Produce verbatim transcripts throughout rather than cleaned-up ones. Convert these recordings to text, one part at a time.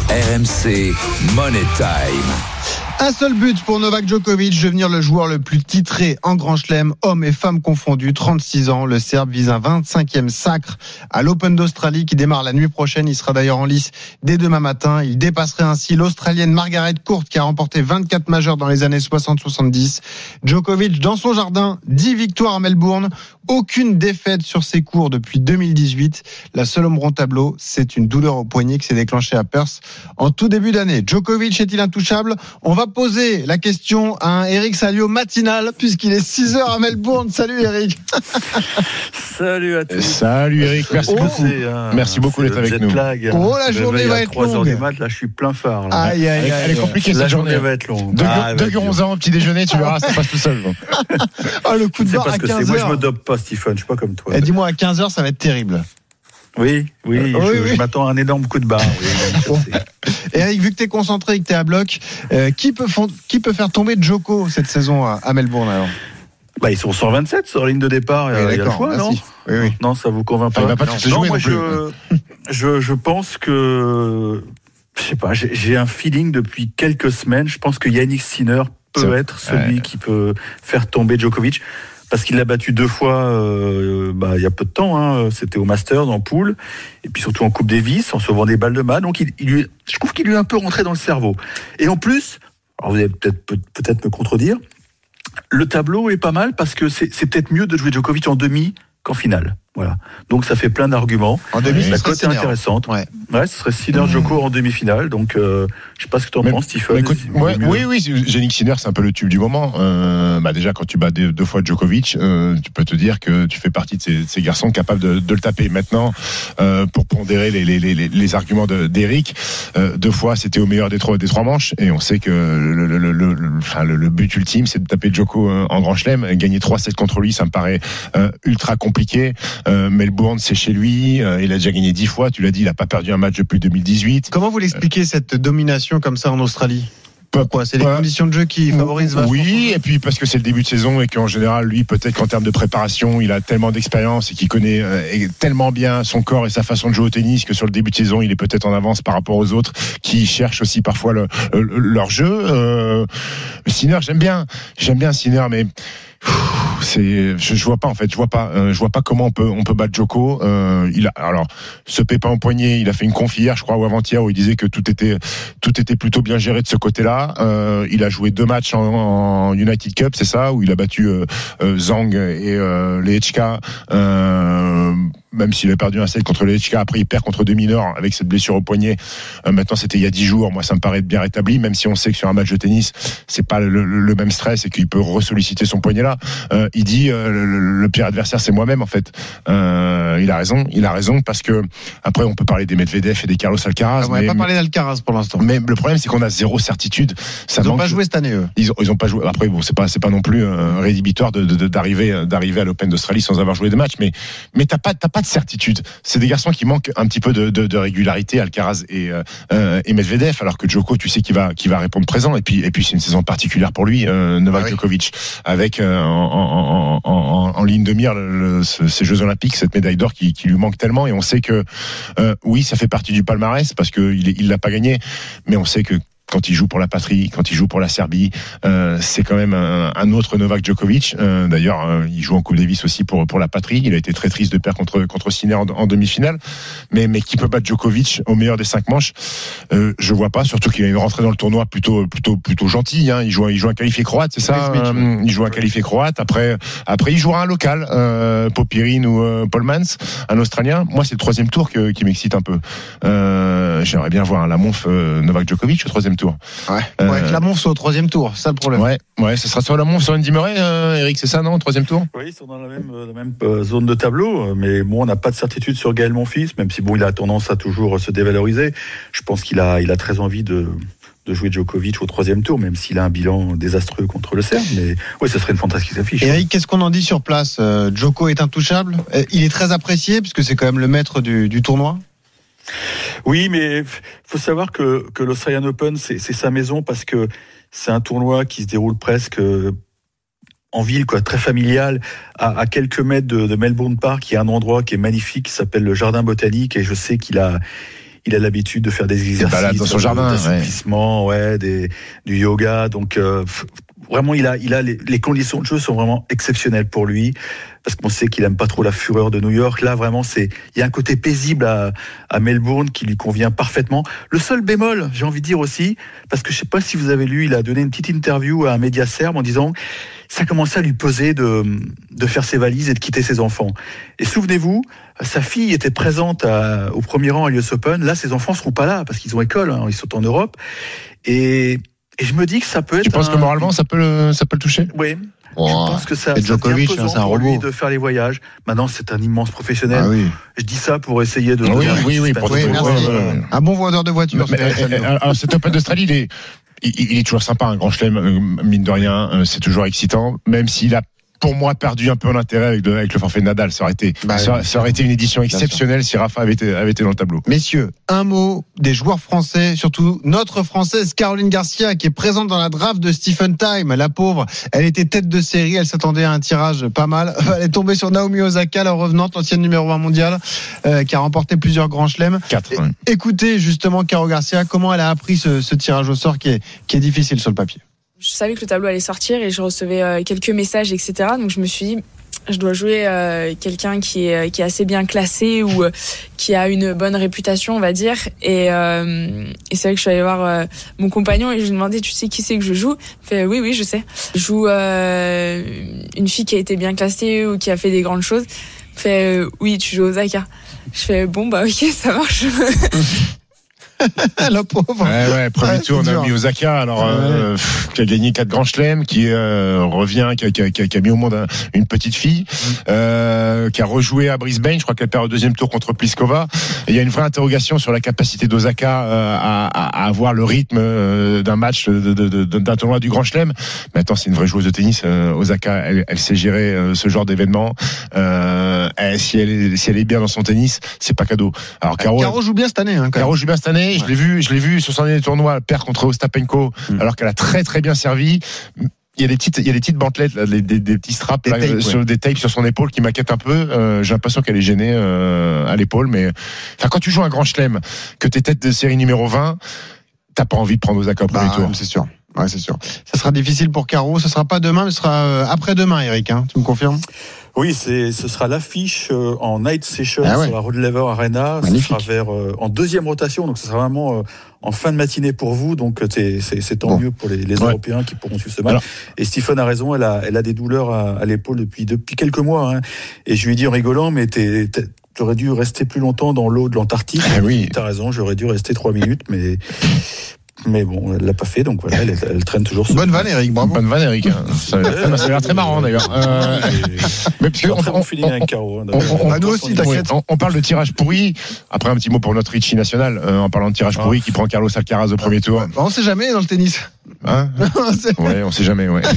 R M C Money Time. Un seul but pour Novak Djokovic, devenir le joueur le plus titré en Grand Chelem, hommes et femmes confondus, trente-six ans. Le Serbe vise un vingt-cinquième sacre à l'Open d'Australie qui démarre la nuit prochaine. Il sera d'ailleurs en lice dès demain matin. Il dépasserait ainsi l'Australienne Margaret Court qui a remporté vingt-quatre majeurs dans les années soixante soixante-dix. Djokovic dans son jardin, dix victoires à Melbourne, aucune défaite sur ses cours depuis deux mille dix-huit. La seule ombre au tableau, c'est une douleur au poignet qui s'est déclenchée à Perth en tout début d'année. Djokovic est-il intouchable ? On va poser la question à un Eric Salio matinal puisqu'il est six heures à Melbourne. Salut Eric. Salut à tous. Salut Eric, merci oh, beaucoup. Un, merci beaucoup d'être avec nous. Lag, oh la journée va être longue. trois heures du mat, là je suis plein phare. Là. Aïe, aïe, aïe, elle est compliquée la cette journée. journée va être longue. Deux onze ans au petit déjeuner, tu verras, ça passe tout seul. Oh le coup de barre à quinze heures. Moi je me dope pas Stephen, je suis pas comme toi. Et dis-moi à quinze heures ça va être terrible. Oui, oui, euh, je, oui, oui. je m'attends à un énorme coup de barre. Oui, bon. Eric, vu que tu es concentré et que tu es à bloc, euh, qui, peut fond... qui peut faire tomber Djoko cette saison à, à Melbourne alors ? Bah, ils sont cent vingt-sept sur la ligne de départ. Il y a, il y a le choix, non ? Oui, oui. Non, ça vous convainc pas ? Ah, il va pas non, se non jouer moi non je, je, je pense que, je sais pas, j'ai, j'ai un feeling depuis quelques semaines. Je pense que Yannick Sinner peut C'est... être celui ouais. qui peut faire tomber Djokovic. Parce qu'il l'a battu deux fois euh, bah, il y a peu de temps, hein. C'était au Masters, en poule, et puis surtout en Coupe Davis, en sauvant des balles de match. Donc il, il lui, je trouve qu'il lui est un peu rentré dans le cerveau. Et en plus, alors vous allez peut-être, peut-être me contredire, le tableau est pas mal parce que c'est, c'est peut-être mieux de jouer Djokovic en demi qu'en finale. Voilà. Donc ça fait plein d'arguments. En demi, la cote est intéressante. Ouais. ouais, ce serait Sinner Djoko en demi-finale. Donc euh, je sais pas ce que tu en penses, Stephen. Écoute, ouais, oui, oui, Yannick Sinner, c'est un peu le tube du moment. Euh, bah déjà, quand tu bats deux, deux fois Djokovic, euh, tu peux te dire que tu fais partie de ces, ces garçons capables de, de le taper. Maintenant, euh, pour pondérer les, les, les, les arguments de, d'Eric, euh, deux fois c'était au meilleur des trois, des trois manches, et on sait que le, le, le, le, le, enfin, le, le but ultime, c'est de taper Djoko en Grand Chelem. Gagner trois sept contre lui, ça me paraît euh, ultra compliqué. Euh, Melbourne, c'est chez lui. Euh, il a déjà gagné dix fois. Tu l'as dit, il n'a pas perdu un match depuis deux mille dix-huit. Comment vous l'expliquez cette domination comme ça en Australie ? Pourquoi ? C'est les ouais. conditions de jeu qui favorisent vachement. Oui, et puis parce que c'est le début de saison et qu'en général, lui, peut-être qu'en termes de préparation, il a tellement d'expérience et qu'il connaît euh, tellement bien son corps et sa façon de jouer au tennis que sur le début de saison, il est peut-être en avance par rapport aux autres qui cherchent aussi parfois le, le, leur jeu. Euh, Sinner, j'aime bien, j'aime bien Sinner, mais c'est je, je vois pas en fait je vois pas euh, je vois pas comment on peut on peut battre Djoko. Euh, il a alors ce pépin au poignet, il a fait une conf hier je crois ou avant-hier où il disait que tout était tout était plutôt bien géré de ce côté-là. Euh, il a joué deux matchs en, en United Cup, c'est ça, où il a battu euh, euh, Zhang et euh, Lehečka, euh, même s'il a perdu un set contre Lehečka, après il perd contre deux mineurs avec cette blessure au poignet. Euh, maintenant c'était il y a dix jours, moi ça me paraît bien rétabli, même si on sait que sur un match de tennis c'est pas le, le, le même stress et qu'il peut ressolliciter son poignet là. Euh, il dit euh, le, le pire adversaire c'est moi-même en fait. Euh, il a raison, il a raison parce que après on peut parler des Medvedev et des Carlos Alcaraz. Ah, on va pas parler d'Alcaraz pour l'instant. Mais le problème c'est qu'on a zéro certitude. Ça ils n'ont manque... pas joué cette année eux. Ils ont, ils ont pas joué. Après bon c'est pas c'est pas non plus euh, rédhibitoire de, de, de, d'arriver d'arriver à l'Open d'Australie sans avoir joué de match. Mais mais t'as pas t'as pas de certitude. C'est des garçons qui manquent un petit peu de, de, de régularité, Alcaraz et euh, et Medvedev, alors que Djoko tu sais qu'il va qu'il va répondre présent. Et puis et puis c'est une saison particulière pour lui, euh, Novak ah oui. Djokovic, avec euh, en, en, en, en, en ligne de mire le, le, ces Jeux Olympiques, cette médaille d'or qui, qui lui manque tellement. Et on sait que euh, oui, ça fait partie du palmarès parce que il il l'a pas gagné, mais on sait que quand il joue pour la patrie, quand il joue pour la Serbie, euh, c'est quand même un, un autre Novak Djokovic. Euh, d'ailleurs, euh, il joue en Coupe Davis aussi pour pour la patrie. Il a été très triste de perdre contre contre Sinner en, en demi-finale. Mais mais qui peut battre Djokovic au meilleur des cinq manches? euh, Je vois pas. Surtout qu'il a une rentrée dans le tournoi plutôt plutôt plutôt gentille. Hein. Il joue il joue un qualifié croate, c'est ça. Euh, il joue un qualifié croate. Après après il jouera un local, euh, Popyrin ou euh, Paul Mans, un Australien. Moi, c'est le troisième tour que, qui m'excite un peu. Euh, j'aimerais bien voir un Lamonf euh, Novak Djokovic au troisième tour. Ouais, euh, ouais, que la Monf soit au troisième tour, c'est ça le problème. Ouais, ouais, ce sera sur la Monf, sur Andy Murray, euh, Eric, c'est ça, non, au troisième tour? Oui, ils sont dans la même, la même euh, zone de tableau, mais bon, on n'a pas de certitude sur Gaël Monfils, même si bon, il a tendance à toujours se dévaloriser. Je pense qu'il a, il a très envie de, de jouer Djokovic au troisième tour, même s'il a un bilan désastreux contre le Serbe. Mais oui, ce serait une fantastique affiche. Eric, qu'est-ce qu'on en dit sur place? euh, Djoko est intouchable. Il est très apprécié puisque c'est quand même le maître du, du tournoi. Oui, mais faut savoir que, que l'Australian Open, c'est, c'est sa maison parce que c'est un tournoi qui se déroule presque en ville, quoi, très familial, à, à quelques mètres de, de Melbourne Park. Il y a un endroit qui est magnifique, qui s'appelle le Jardin Botanique, et je sais qu'il a, il a l'habitude de faire des exercices dans son jardin, d'assouplissement, ouais. ouais, des, du yoga. Donc euh, vraiment, il a, il a les, les conditions de jeu sont vraiment exceptionnelles pour lui, parce qu'on sait qu'il aime pas trop la fureur de New York. Là, vraiment, c'est, il y a un côté paisible à, à Melbourne qui lui convient parfaitement. Le seul bémol, j'ai envie de dire aussi, parce que je sais pas si vous avez lu, il a donné une petite interview à un média serbe en disant, ça commençait à lui peser de, de faire ses valises et de quitter ses enfants. Et souvenez-vous, sa fille était présente à, au premier rang à l'U S Open. Là, ses enfants seront pas là parce qu'ils ont école, hein, ils sont en Europe. Et, et je me dis que ça peut être. Tu penses un... que moralement, ça peut le, ça peut le toucher? Oui. Oh, je pense que ça, et Djokovic, ça c'est un pour robot. lui de faire les voyages. Maintenant, c'est un immense professionnel. Ah oui. Je dis ça pour essayer de. Ah oui, oui, oui, oui, merci. ouais, ouais. Un bon vendeur de voitures. Mais, mais, alors, cet Open d'Australie, il est, il, il est toujours sympa, un grand chelem, mine de rien, c'est toujours excitant, même s'il a, pour moi, perdu un peu en intérêt avec le, avec le forfait de Nadal. Ça aurait été, bah, ça, oui, ça aurait été une édition exceptionnelle si Rafa avait été, avait été dans le tableau. Messieurs, un mot des joueurs français, surtout notre française Caroline Garcia, qui est présente dans la draft de Stephen Time. La pauvre, elle était tête de série, elle s'attendait à un tirage pas mal. Elle est tombée sur Naomi Osaka, la revenante, l'ancienne numéro un mondiale, euh, qui a remporté plusieurs grands chelems. Quatre. Ouais. Écoutez justement Caro Garcia, comment elle a appris ce, ce tirage au sort qui est, qui est difficile sur le papier. Je savais que le tableau allait sortir et je recevais euh, quelques messages, et cetera. Donc je me suis dit, je dois jouer euh, quelqu'un qui est, qui est assez bien classé ou euh, qui a une bonne réputation, on va dire. Et, euh, et c'est vrai que je suis allée voir euh, mon compagnon et je lui ai demandé, tu sais qui c'est que je joue? Il fait, oui, oui, je sais. Je joue euh, une fille qui a été bien classée ou qui a fait des grandes choses. Il fait, euh, oui, tu joues Osaka. Je fais, bon, bah ok, ça marche. La pauvre. Ouais, ouais, premier ouais, tour, Naomi Osaka, alors, ouais. euh, pff, qui a gagné quatre grands chelems, qui euh, revient, qui a, qui, a, qui a mis au monde un, une petite fille, mm. euh, qui a rejoué à Brisbane, je crois qu'elle perd au deuxième tour contre Pliskova. Et il y a une vraie interrogation sur la capacité d'Osaka euh, à, à, à avoir le rythme euh, d'un match, de, de, de, d'un tournoi du grand chelem. Maintenant, c'est une vraie joueuse de tennis. Euh, Osaka, elle, elle sait gérer euh, ce genre d'événement. Euh, elle, si, elle est, si elle est bien dans son tennis, c'est pas cadeau. Alors, Caro, Caro joue bien cette année. Hein, Caro joue bien cette année. Je l'ai vu, je l'ai vu sur son dernier tournoi, elle perd contre Ostapenko, mmh. alors qu'elle a très très bien servi. Il y a des petites, il y a des petites bandelettes, là, des, des, des petits straps, des, là, tapes, sur, ouais. des tapes sur son épaule qui m'inquiètent un peu. Euh, j'ai l'impression qu'elle est gênée euh, à l'épaule, mais enfin, quand tu joues un grand chelem, que t'es tête de série numéro vingt, t'as pas envie de prendre Osaka au premier bah, tour. C'est sûr. Ouais, c'est sûr. Ça sera difficile pour Caro. Ce sera pas demain, mais ce sera après-demain, Eric. Hein, tu me confirmes? Oui, c'est, ce sera l'affiche en night session ah ouais. sur la Rod Laver Arena. Magnifique. Ce sera vers, euh, en deuxième rotation, donc ce sera vraiment euh, en fin de matinée pour vous. Donc c'est, c'est, c'est tant bon. mieux pour les, les ouais. Européens qui pourront suivre ce match. Alors. Et Stephen a raison, elle a, elle a des douleurs à, à l'épaule depuis, depuis quelques mois. Hein. Et je lui ai dit en rigolant, mais t'es, t'es, t'aurais dû rester plus longtemps dans l'eau de l'Antarctique. Ah oui. T'as raison, j'aurais dû rester trois minutes, mais... Mais bon, elle l'a pas fait, donc voilà, elle, elle traîne toujours. Bonne vanne, Eric, bravo. Bonne vanne, Eric. Ça a l'air très marrant, d'ailleurs. Euh... Mais parce qu'on on, on, avec Caro, on, on, on, nous aussi, t'inquiète. On, on parle de tirage pourri. Après, un petit mot pour notre Richie national, euh, en parlant de tirage ah. pourri, qui prend Carlos Alcaraz au premier tour. On sait jamais dans le tennis. Hein ouais, on sait jamais, ouais.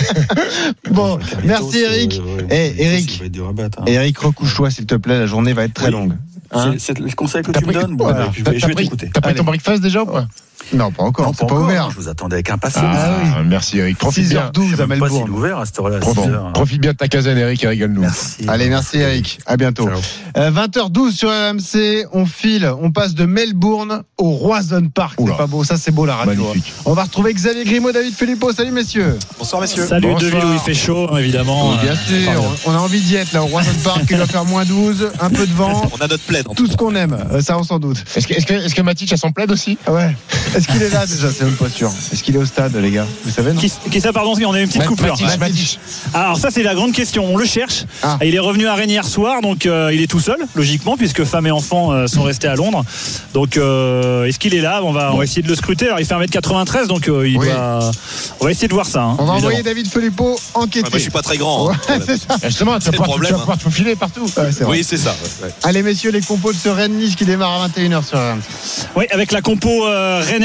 Bon, merci Eric. Eh, hey, Eric. Hein. Eric, recouche-toi, s'il te plaît, la journée va être très oui. longue. Hein c'est, c'est le conseil que tu me donnes. Bon, je vais, je vais t'écouter. T'as pris ton breakfast déjà ou pas? Non, pas encore, non, c'est pas, pas ouvert. Je vous attendais avec impatience. Ah, ah oui. Merci Eric. Profite six heures douze bien. à Melbourne. Pas si ouvert à cette heure-là. Profite, profite bien de ta caserne, Eric, et régale-nous. Merci. Allez, merci Eric. À bientôt. Euh, vingt heures douze sur R M C. On file, on passe de Melbourne au Roison Park. Oula. C'est pas beau, ça c'est beau la radio. Magnifique. On va retrouver Xavier Grimaud, David Filippo. Salut messieurs. Bonsoir messieurs. Salut Bonsoir. de ville où il fait chaud, évidemment. Oui, bien sûr. On a envie d'y être là au Roison Park. Il va faire moins douze, un peu de vent. On a notre plaid. Tout ce qu'on aime. Ça on s'en doute. Est-ce que, est-ce que, est-ce que Matic a son plaid aussi? Ouais. Est-ce qu'il est là déjà? C'est même pas sûr. Est-ce qu'il est au stade, les gars? Vous savez, non? Qui, qui ça, pardon, on a une petite coupure. Matic, Matic. Alors, ça, c'est la grande question. On le cherche. Ah. Il est revenu à Rennes hier soir, donc euh, il est tout seul, logiquement, puisque femme et enfant euh, sont restés à Londres. Donc, euh, est-ce qu'il est là? On va, on va essayer de le scruter. Alors, il fait un mètre quatre-vingt-treize, donc euh, il oui. doit... on va essayer de voir ça. Hein, on va évidemment. envoyer David Filippo enquêter. Ouais, moi, je suis pas très grand. Hein. Ouais, c'est ça. Justement, tu vas pouvoir, tu vas pouvoir te faufiler partout. Ouais, c'est oui, c'est ça. Ouais. Allez, messieurs, les compos de ce Rennes-Nice qui démarre à vingt et une heures sur R M C. Oui, avec la compo euh, rennaise.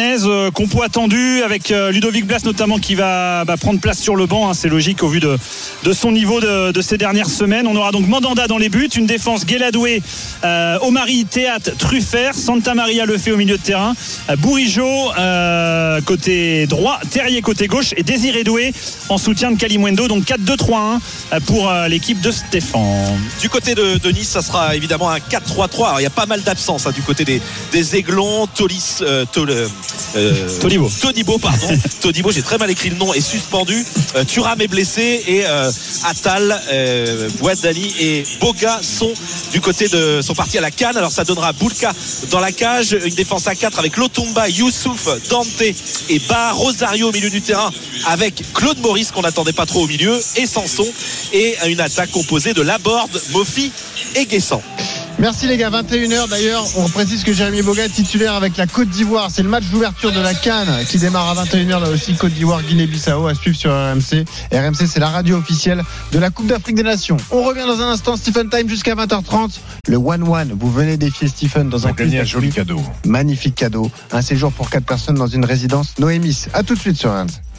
Louhannaise, euh, compo attendu avec euh, Ludovic Blas notamment qui va bah, prendre place sur le banc, hein, c'est logique au vu de, de son niveau de, de ces dernières semaines. On aura donc Mandanda dans les buts, une défense Guéladoué, euh, Omari, Théat, Truffert, Santa Maria Lefebvre au milieu de terrain, euh, Bourigeaud euh, côté droit, Terrier côté gauche et Désiré Doué en soutien de Kalimundo. Donc quatre deux trois un pour euh, l'équipe de Stéphane. Du côté de, de Nice, ça sera évidemment un quatre trois trois. Alors, il y a pas mal d'absences hein, du côté des, des Aiglons. Tolis, euh, Tol, euh, Todibo. Todibo, pardon. Todibo, j'ai très mal écrit le nom, est suspendu. Euh, Thuram est blessé et euh, Attal, euh, Bouaddali et Boga sont du côté de sont partis à la canne. Alors ça donnera Boulka dans la cage, une défense à quatre avec Lotumba, Youssouf, Dante et Ba Rosario au milieu du terrain avec Claude Maurice qu'on n'attendait pas trop au milieu et Sanson et une attaque composée de Laborde, Mofi et Guessant. Merci les gars, vingt et une heures d'ailleurs, on précise que Jérémy Boga est titulaire avec la Côte d'Ivoire, c'est le match d'ouverture de la CAN qui démarre à vingt et une heures là aussi, Côte d'Ivoire, Guinée-Bissau à suivre sur R M C. R M C c'est la radio officielle de la Coupe d'Afrique des Nations. On revient dans un instant, Stephen Time jusqu'à vingt heures trente, le one one, vous venez défier Stephen dans un gagner un joli cadeau. Magnifique cadeau, un séjour pour quatre personnes dans une résidence Noémis. À tout de suite sur R M C.